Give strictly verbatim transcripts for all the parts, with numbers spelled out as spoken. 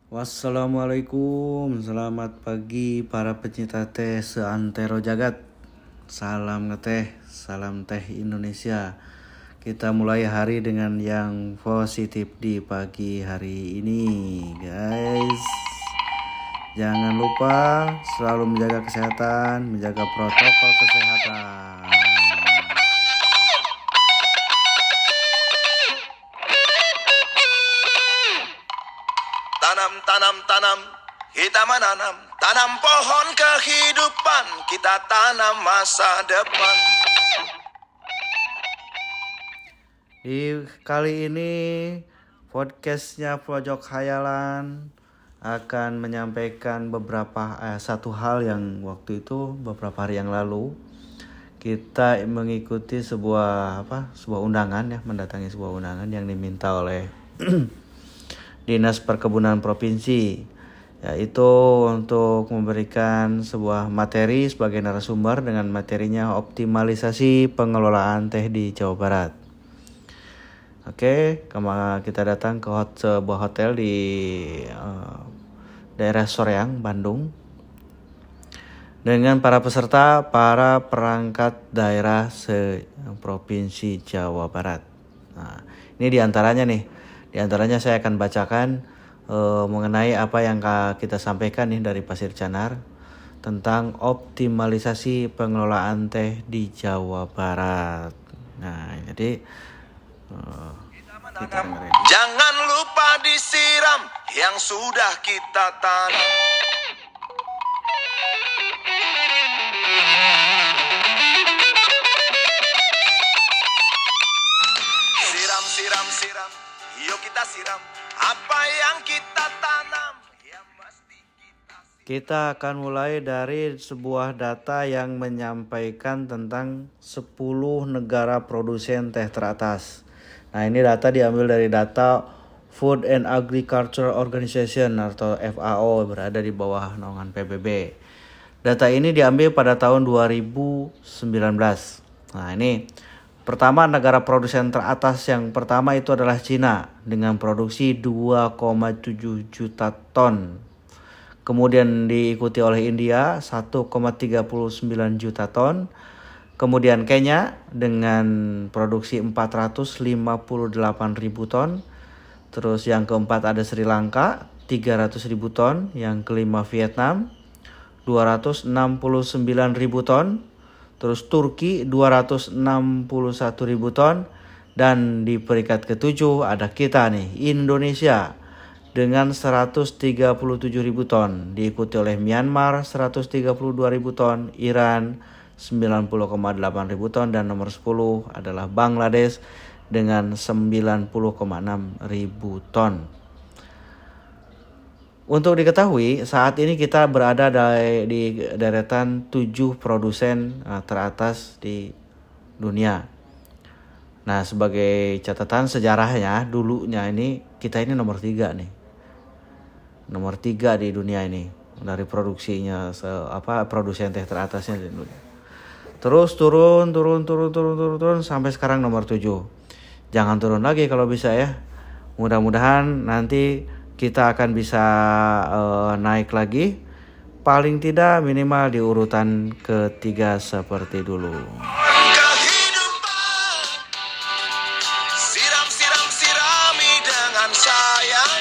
Wassalamualaikum, selamat pagi para pecinta teh seantero jagat. Salam ngeteh, salam teh Indonesia. Kita mulai hari dengan yang positif di pagi hari ini, guys. Jangan lupa selalu menjaga kesehatan, menjaga protokol kesehatan. Tanam, tanam, tanam, kita menanam. Tanam pohon kehidupan, kita tanam masa depan. Di kali ini podcastnya Pojok Khayalan akan menyampaikan beberapa eh, satu hal yang waktu itu beberapa hari yang lalu kita mengikuti sebuah apa sebuah undangan ya mendatangi sebuah undangan yang diminta oleh Dinas Perkebunan Provinsi, yaitu untuk memberikan sebuah materi sebagai narasumber dengan materinya optimalisasi pengelolaan teh di Jawa Barat. Oke, kemarin kita datang ke hot, sebuah hotel di uh, daerah Soreang, Bandung, dengan para peserta, para perangkat daerah se-provinsi Jawa Barat. Nah, ini diantaranya nih. Di antaranya saya akan bacakan uh, mengenai apa yang kita sampaikan nih dari Pasir Canar tentang optimalisasi pengelolaan teh di Jawa Barat. Nah, jadi uh, kita dengerin. Jangan lupa disiram yang sudah kita tanam. Siram, siram, siram. Yuk kita siram apa yang kita tanam. Ya mesti kita siram. Kita akan mulai dari sebuah data yang menyampaikan tentang sepuluh negara produsen teh teratas. Nah, ini data diambil dari data Food and Agriculture Organization atau F A O, berada di bawah naungan P B B. Data ini diambil pada tahun dua ribu sembilan belas. Nah, ini pertama, negara produsen teratas yang pertama itu adalah Cina dengan produksi dua koma tujuh juta ton. Kemudian diikuti oleh India satu koma tiga sembilan juta ton. Kemudian Kenya dengan produksi empat ratus lima puluh delapan ribu ton. Terus yang keempat ada Sri Lanka tiga ratus ribu ton. Yang kelima Vietnam dua ratus enam puluh sembilan ribu ton. Terus Turki dua ratus enam puluh satu ribu ton. Dan di peringkat ketujuh ada kita nih, Indonesia dengan seratus tiga puluh tujuh ribu ton. Diikuti oleh Myanmar seratus tiga puluh dua ribu ton, Iran sembilan puluh koma delapan ribu ton. Dan nomor sepuluh adalah Bangladesh dengan sembilan puluh koma enam ribu ton. Untuk diketahui, saat ini kita berada di, di deretan tujuh produsen uh, teratas di dunia. Nah, sebagai catatan sejarahnya, dulunya ini kita ini nomor tiga nih. Nomor tiga di dunia ini dari produksinya, se, apa produsen teh teratasnya di dunia. Terus turun, turun, turun, turun, turun, turun sampai sekarang nomor tujuh. Jangan turun lagi kalau bisa ya. Mudah-mudahan nanti kita akan bisa uh, naik lagi, paling tidak minimal di urutan ketiga seperti dulu. Kehidupan, siram, siram, sirami dengan sayang.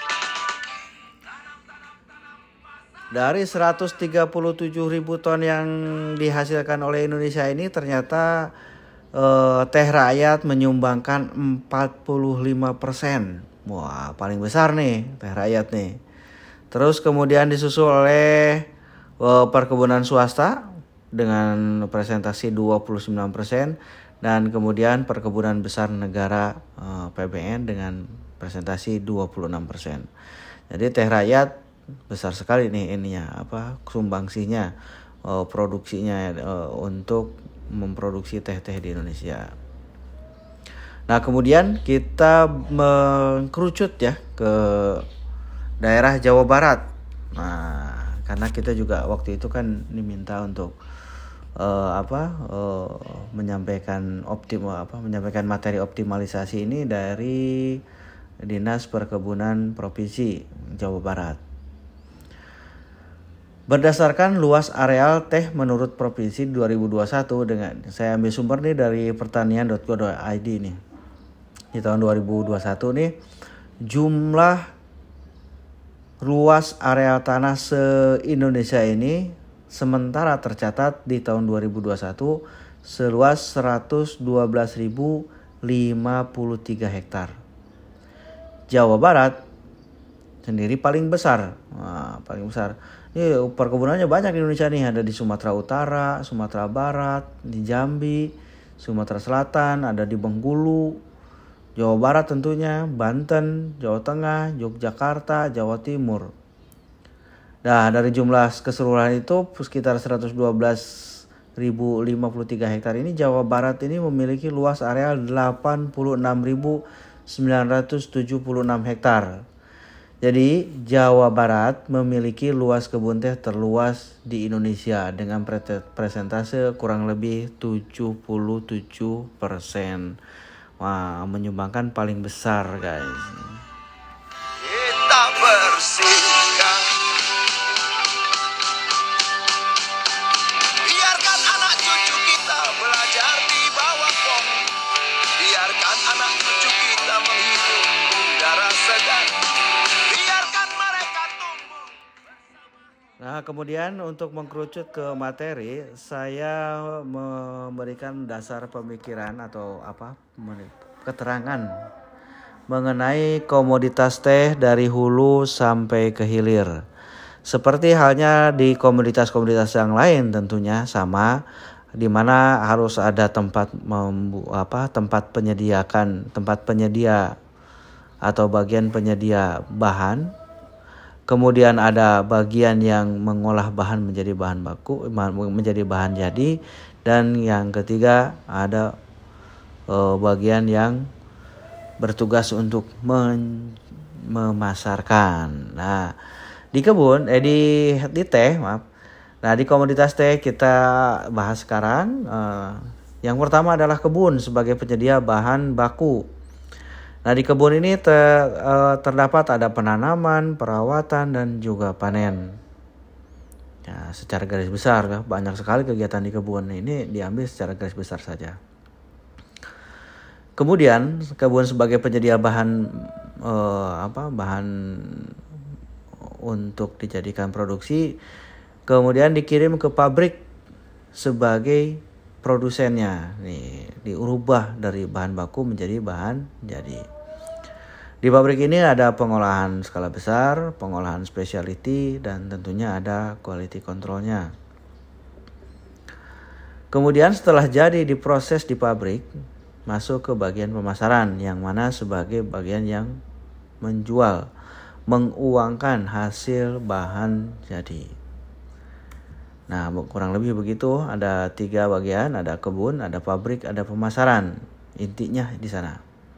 Dari seratus tiga puluh tujuh ribu ton yang dihasilkan oleh Indonesia ini, ternyata uh, teh rakyat menyumbangkan empat puluh lima persen. Wah, paling besar nih teh rakyat nih. Terus kemudian disusul oleh uh, perkebunan swasta dengan presentasi dua puluh sembilan persen dan kemudian perkebunan besar negara uh, P B N dengan presentasi dua puluh enam persen. Jadi teh rakyat besar sekali nih ininya apa sumbangsinya uh, produksinya uh, untuk memproduksi teh-teh di Indonesia. Nah, kemudian kita mengkerucut ya ke daerah Jawa Barat. Nah, karena kita juga waktu itu kan diminta untuk uh, apa uh, menyampaikan optimal apa menyampaikan materi optimalisasi ini dari Dinas Perkebunan Provinsi. Jawa Barat. Berdasarkan luas areal teh menurut provinsi dua ribu dua puluh satu, dengan saya ambil sumber nih dari pertanian dot go dot i d nih. Di tahun dua ribu dua puluh satu nih jumlah luas area tanah se-Indonesia ini sementara tercatat di tahun dua ribu dua puluh satu seluas seratus dua belas ribu lima puluh tiga hektar. Jawa Barat sendiri paling besar. Nah, paling besar. Ini perkebunannya banyak di Indonesia nih, ada di Sumatera Utara, Sumatera Barat, di Jambi, Sumatera Selatan, ada di Bengkulu, Jawa Barat tentunya, Banten, Jawa Tengah, Yogyakarta, Jawa Timur. Nah, dari jumlah keseluruhan itu sekitar seratus dua belas ribu lima puluh tiga hektar ini, Jawa Barat ini memiliki luas area delapan puluh enam ribu sembilan ratus tujuh puluh enam hektar. Jadi Jawa Barat memiliki luas kebun teh terluas di Indonesia dengan presentase kurang lebih tujuh puluh tujuh persen. Wah, menyumbangkan paling besar, guys. Kita bersihkan. Biarkan anak cucu kita belajar di bawah pohon. Biarkan anak cucu kita menghirup udara segar. Biarkan mereka tumbuh. Nah, kemudian untuk mengkerucut ke materi, saya memberikan dasar pemikiran atau apa keterangan mengenai komoditas teh dari hulu sampai ke hilir. Seperti halnya di komoditas-komoditas yang lain tentunya sama, di mana harus ada tempat membu, apa tempat penyediakan tempat penyedia atau bagian penyedia bahan. Kemudian ada bagian yang mengolah bahan menjadi bahan baku, menjadi bahan jadi, dan yang ketiga ada uh, bagian yang bertugas untuk men- memasarkan. Nah, di kebun, eh di di teh, maaf. Nah, di komoditas teh kita bahas sekarang. Uh, yang pertama adalah kebun sebagai penyedia bahan baku. Nah, di kebun ini ter, uh, terdapat ada penanaman, perawatan, dan juga panen. Ya, secara garis besar banyak sekali kegiatan di kebun. Ini diambil secara garis besar saja. Kemudian kebun sebagai penyedia bahan uh, apa bahan untuk dijadikan produksi, kemudian dikirim ke pabrik sebagai produsennya. Nih, diubah dari bahan baku menjadi bahan jadi. Di pabrik ini ada pengolahan skala besar, pengolahan specialty, dan tentunya ada quality controlnya. Kemudian setelah jadi diproses di pabrik, masuk ke bagian pemasaran, yang mana sebagai bagian yang menjual, menguangkan hasil bahan jadi. Nah, kurang lebih begitu, ada tiga bagian, ada kebun, ada pabrik, ada pemasaran. Intinya di sana.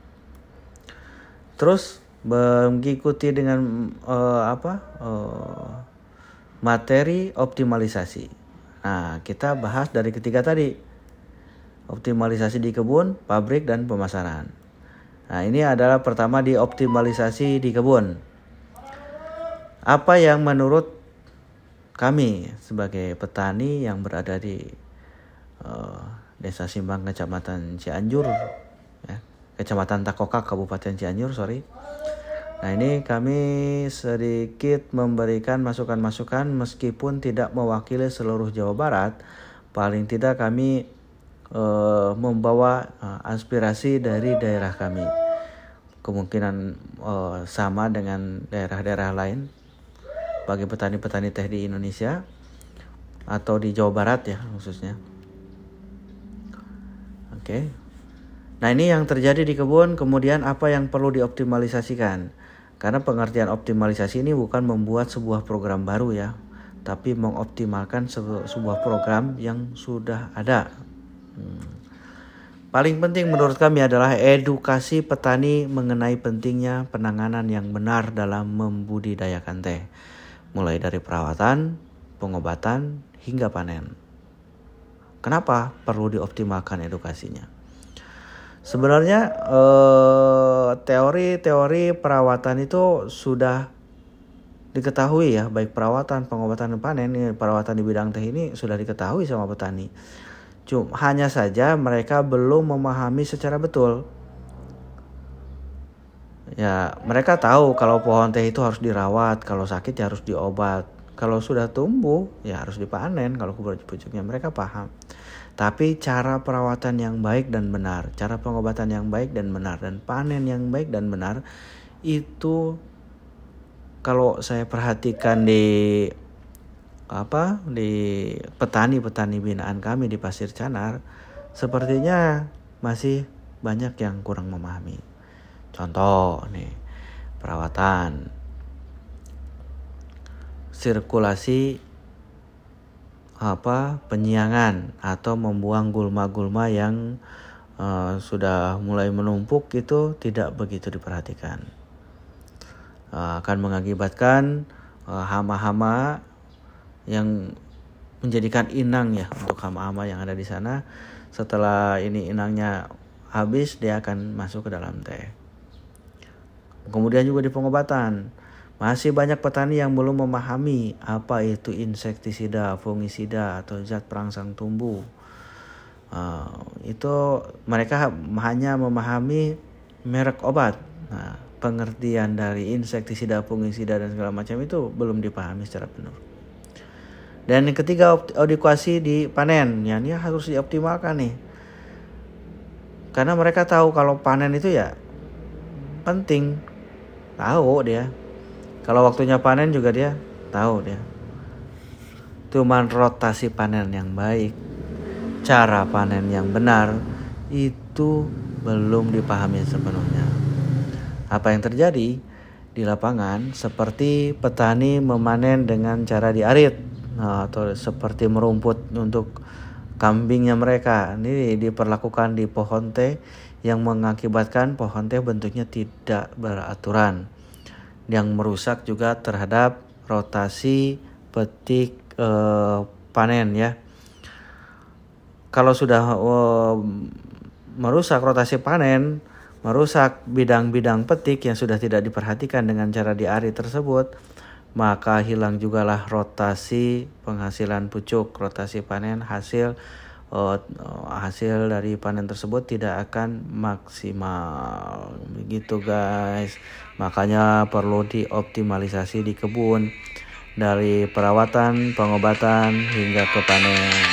Terus mengikuti dengan uh, apa uh, materi optimalisasi. Nah, kita bahas dari ketiga tadi, optimalisasi di kebun, pabrik, dan pemasaran. Nah, ini adalah pertama di optimalisasi di kebun. Apa yang menurut kami sebagai petani yang berada di uh, Desa Simbang, Kecamatan Cianjur, ya, Kecamatan Takokak, Kabupaten Cianjur, sorry. Nah, ini kami sedikit memberikan masukan-masukan meskipun tidak mewakili seluruh Jawa Barat. Paling tidak kami uh, membawa uh, aspirasi dari daerah kami. Kemungkinan uh, sama dengan daerah-daerah lain bagi petani-petani teh di Indonesia atau di Jawa Barat ya khususnya. Oke. Okay. Nah, ini yang terjadi di kebun, kemudian apa yang perlu dioptimalisasikan. Karena pengertian optimalisasi ini bukan membuat sebuah program baru ya, tapi mengoptimalkan sebuah program yang sudah ada. Hmm. Paling penting menurut kami adalah edukasi petani mengenai pentingnya penanganan yang benar dalam membudidayakan teh. Mulai dari perawatan, pengobatan, hingga panen. Kenapa perlu dioptimalkan edukasinya? Sebenarnya eh, teori-teori perawatan itu sudah diketahui ya, baik perawatan, pengobatan, dan panen. Ini perawatan di bidang teh ini sudah diketahui sama petani. Cuma hanya saja mereka belum memahami secara betul. Ya, mereka tahu kalau pohon teh itu harus dirawat, kalau sakit ya harus diobat. Kalau sudah tumbuh ya harus dipanen, kalau pucuk-pucuknya mereka paham. Tapi cara perawatan yang baik dan benar, cara pengobatan yang baik dan benar, dan panen yang baik dan benar itu kalau saya perhatikan di apa di petani-petani binaan kami di Pasir Canar, sepertinya masih banyak yang kurang memahami. Contoh nih, perawatan, sirkulasi apa penyiangan atau membuang gulma-gulma yang uh, sudah mulai menumpuk itu tidak begitu diperhatikan. Uh, akan mengakibatkan uh, hama-hama yang menjadikan inang ya untuk hama-hama yang ada di sana. Setelah ini inangnya habis, dia akan masuk ke dalam teh. Kemudian juga di pengobatan, masih banyak petani yang belum memahami apa itu insektisida, fungisida atau zat perangsang tumbuh. Uh, itu mereka hanya memahami merek obat. Nah, pengertian dari insektisida, fungisida dan segala macam itu belum dipahami secara penuh. Dan yang ketiga, edukasi di panen, ya ini harus dioptimalkan nih. Karena mereka tahu kalau panen itu ya penting, tahu dia. Kalau waktunya panen juga dia tahu dia. Cuman rotasi panen yang baik, cara panen yang benar itu belum dipahami sepenuhnya. Apa yang terjadi di lapangan seperti petani memanen dengan cara diarit, nah, atau seperti merumput untuk kambingnya mereka. Ini diperlakukan di pohon teh yang mengakibatkan pohon teh bentuknya tidak beraturan, yang merusak juga terhadap rotasi petik eh, panen ya. Kalau sudah eh, merusak rotasi panen, merusak bidang-bidang petik yang sudah tidak diperhatikan dengan cara diarit tersebut, maka hilang jugalah rotasi penghasilan pucuk, rotasi panen, hasil uh, hasil dari panen tersebut tidak akan maksimal. Begitu guys. Makanya perlu dioptimalisasi di kebun dari perawatan, pengobatan hingga ke panen.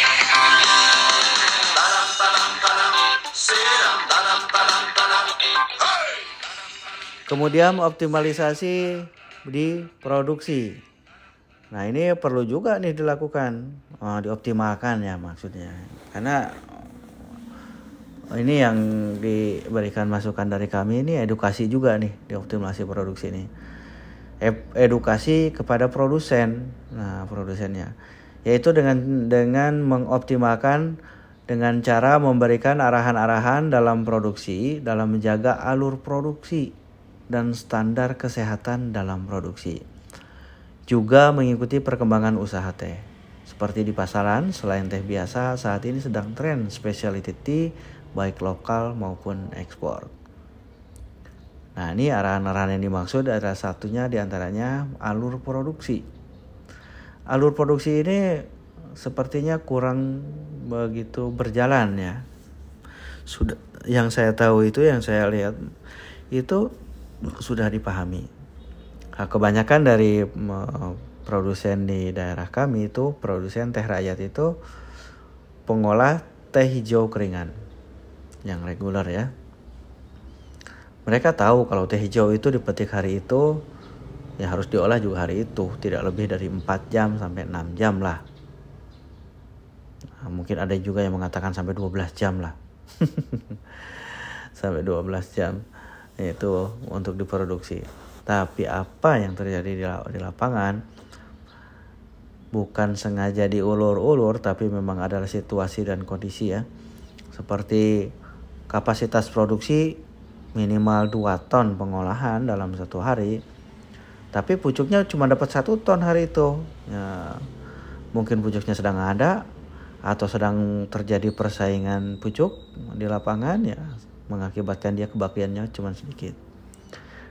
Kemudian optimalisasi di produksi. Nah ini perlu juga nih dilakukan, oh, dioptimalkan ya maksudnya. Karena ini yang diberikan masukan dari kami ini edukasi juga nih di optimalisasi produksi ini. Edukasi kepada produsen, nah produsennya, yaitu dengan dengan mengoptimalkan dengan cara memberikan arahan-arahan dalam produksi, dalam menjaga alur produksi dan standar kesehatan dalam produksi. Juga mengikuti perkembangan usaha teh. Seperti di pasaran, selain teh biasa, saat ini sedang tren specialty tea baik lokal maupun ekspor. Nah, ini arahan-arahan yang dimaksud adalah satunya diantaranya alur produksi. Alur produksi ini sepertinya kurang begitu berjalan ya. Sudah, yang saya tahu itu, yang saya lihat itu sudah dipahami. Nah, kebanyakan dari uh, produsen di daerah kami itu, produsen teh rakyat itu pengolah teh hijau keringan yang reguler ya. Mereka tahu kalau teh hijau itu dipetik hari itu ya harus diolah juga hari itu, tidak lebih dari empat jam sampai enam jam lah. Nah, mungkin ada juga yang mengatakan sampai dua belas jam lah. Sampai dua belas jam itu untuk diproduksi. Tapi apa yang terjadi di lapangan bukan sengaja diulur-ulur, tapi memang adalah situasi dan kondisi ya. Seperti kapasitas produksi minimal dua ton pengolahan dalam satu hari, tapi pucuknya cuma dapat satu ton hari itu ya. Mungkin pucuknya sedang ada atau sedang terjadi persaingan pucuk di lapangan ya, mengakibatkan dia kebagiannya cuma sedikit.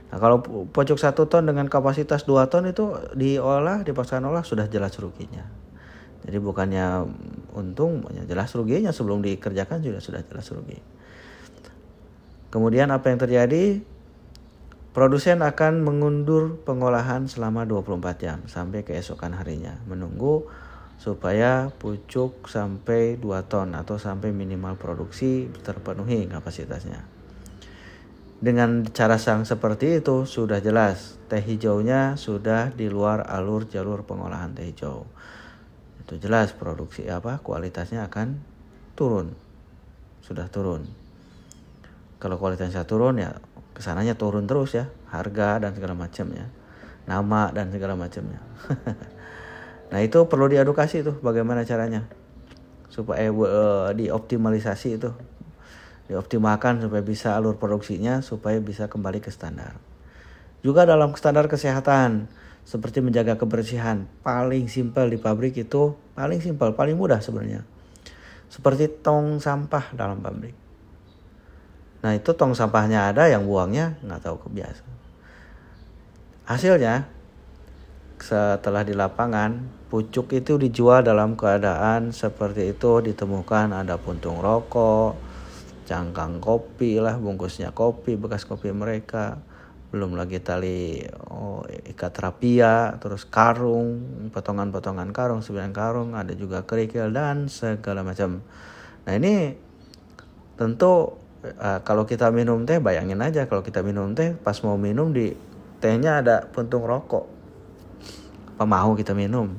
Nah, kalau pucuk satu ton dengan kapasitas dua ton itu diolah, dipaksakan olah sudah jelas ruginya. Jadi bukannya untung, ya jelas ruginya sebelum dikerjakan sudah sudah jelas rugi. Kemudian apa yang terjadi? Produsen akan mengundur pengolahan selama dua puluh empat jam sampai keesokan harinya, menunggu supaya pucuk sampai dua ton atau sampai minimal produksi terpenuhi kapasitasnya. Dengan cara sang seperti itu sudah jelas teh hijaunya sudah di luar alur jalur pengolahan teh hijau. Itu jelas produksi apa kualitasnya akan turun. Sudah turun. Kalau kualitasnya turun ya kesananya turun terus ya, harga dan segala macamnya, nama dan segala macamnya. Nah itu perlu diedukasi tuh bagaimana caranya supaya uh, dioptimalisasi itu, dioptimalkan supaya bisa alur produksinya supaya bisa kembali ke standar. Juga dalam standar kesehatan seperti menjaga kebersihan paling simpel di pabrik itu paling simpel paling mudah sebenarnya seperti tong sampah dalam pabrik. Nah itu tong sampahnya ada yang buangnya nggak tahu kebiasa. Hasilnya setelah di lapangan pucuk itu dijual dalam keadaan seperti itu, ditemukan ada puntung rokok, cangkang kopi lah, bungkusnya kopi, bekas kopi mereka, belum lagi tali oh, ikat rapia, terus karung, potongan-potongan karung, sembilan karung, ada juga kerikil dan segala macam. Nah ini tentu uh, kalau kita minum teh, bayangin aja kalau kita minum teh, pas mau minum di tehnya ada puntung rokok, apa mau kita minum?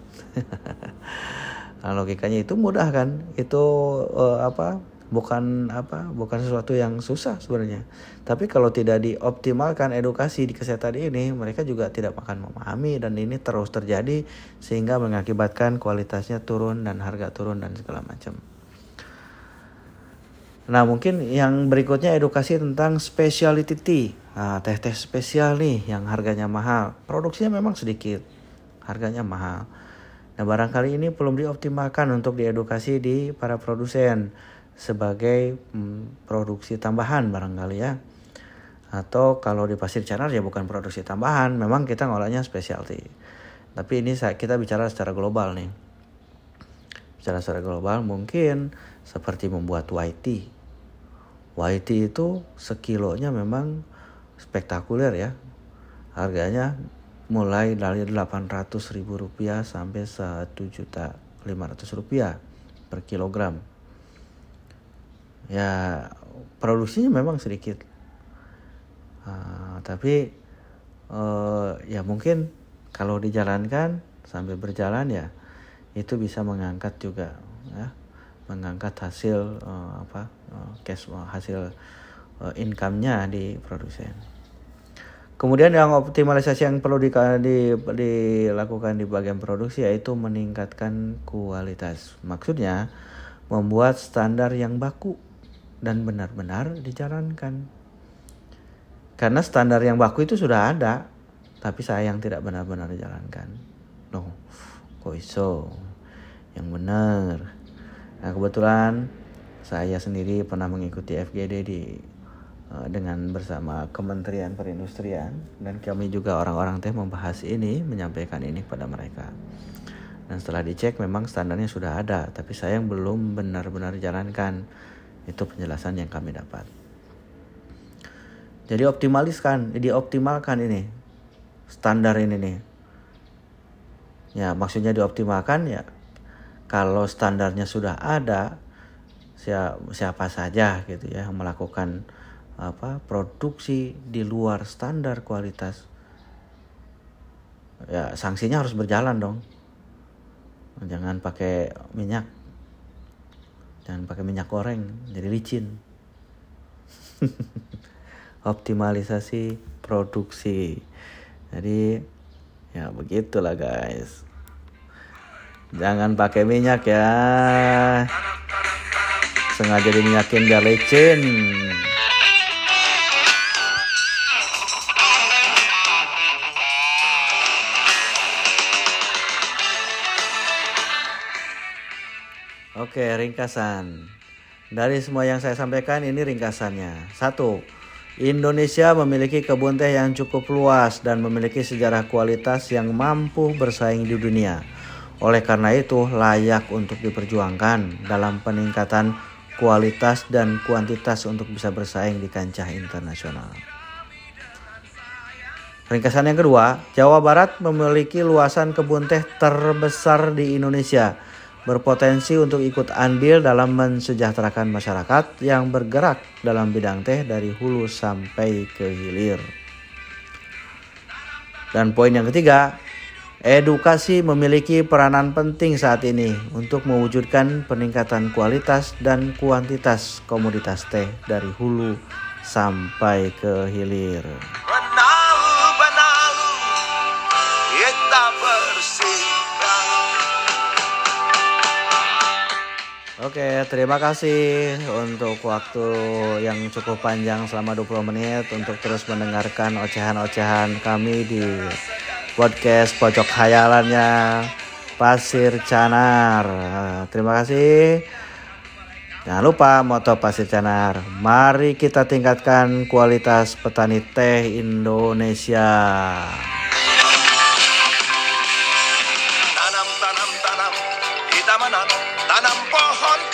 Nah, logikanya itu mudah kan? Itu uh, apa? Bukan apa? Bukan sesuatu yang susah sebenarnya. Tapi kalau tidak dioptimalkan edukasi di kesehatan ini, mereka juga tidak akan memahami dan ini terus terjadi sehingga mengakibatkan kualitasnya turun dan harga turun dan segala macam. Nah, mungkin yang berikutnya edukasi tentang specialty tea. Nah, teh-teh spesial nih yang harganya mahal. Produksinya memang sedikit, harganya mahal. Nah, barangkali ini belum dioptimalkan untuk diedukasi di para produsen sebagai hmm, produksi tambahan barangkali ya. Atau kalau di pasir canar ya bukan produksi tambahan, memang kita ngolahnya specialty. Tapi ini kita bicara secara global nih. Bicara secara global mungkin seperti membuat white tea. White tea itu sekilonya memang spektakuler ya. Harganya mulai dari delapan ratus ribu rupiah sampai satu juta lima ratus rupiah per kilogram. Ya produksinya memang sedikit. Uh, tapi uh, ya mungkin kalau dijalankan sambil berjalan ya itu bisa mengangkat juga ya, mengangkat hasil uh, apa uh, cash uh, hasil uh, income-nya di produsen. Kemudian yang optimalisasi yang perlu di, di, dilakukan di bagian produksi yaitu meningkatkan kualitas. Maksudnya membuat standar yang baku dan benar-benar dijalankan. Karena standar yang baku itu sudah ada, tapi sayang tidak benar-benar dijalankan. Loh, kok iso? Yang benar. Nah kebetulan saya sendiri pernah mengikuti F G D di dengan bersama Kementerian Perindustrian dan kami juga orang-orang teh membahas ini, menyampaikan ini kepada mereka. Dan setelah dicek memang standarnya sudah ada, tapi sayang belum benar-benar dijalankan. Itu penjelasan yang kami dapat. Jadi optimaliskan, dioptimalkan ini standar ini nih. Ya maksudnya dioptimalkan ya kalau standarnya sudah ada, siapa saja gitu ya yang melakukan apa produksi di luar standar kualitas ya sanksinya harus berjalan dong. Jangan pakai minyak, jangan pakai minyak goreng jadi licin. Optimalisasi produksi. Jadi ya begitulah guys, jangan pakai minyak ya, sengaja diminyakin biar licin. Oke, ringkasan. Dari semua yang saya sampaikan ini ringkasannya. Satu, Indonesia memiliki kebun teh yang cukup luas dan memiliki sejarah kualitas yang mampu bersaing di dunia. Oleh karena itu, layak untuk diperjuangkan dalam peningkatan kualitas dan kuantitas untuk bisa bersaing di kancah internasional. Ringkasan yang kedua, Jawa Barat memiliki luasan kebun teh terbesar di Indonesia, berpotensi untuk ikut andil dalam mensejahterakan masyarakat yang bergerak dalam bidang teh dari hulu sampai ke hilir. Dan poin yang ketiga, edukasi memiliki peranan penting saat ini untuk mewujudkan peningkatan kualitas dan kuantitas komoditas teh dari hulu sampai ke hilir. Benalu-benalu kita bersihkan. Oke, terima kasih untuk waktu yang cukup panjang selama dua puluh menit untuk terus mendengarkan ocehan-ocehan kami di podcast Pojok Khayalannya Pasir Canar. Terima kasih. Jangan lupa moto Pasir Canar, mari kita tingkatkan kualitas petani teh Indonesia. Tanam, tanam, tanam, kita menanam, tanam pohon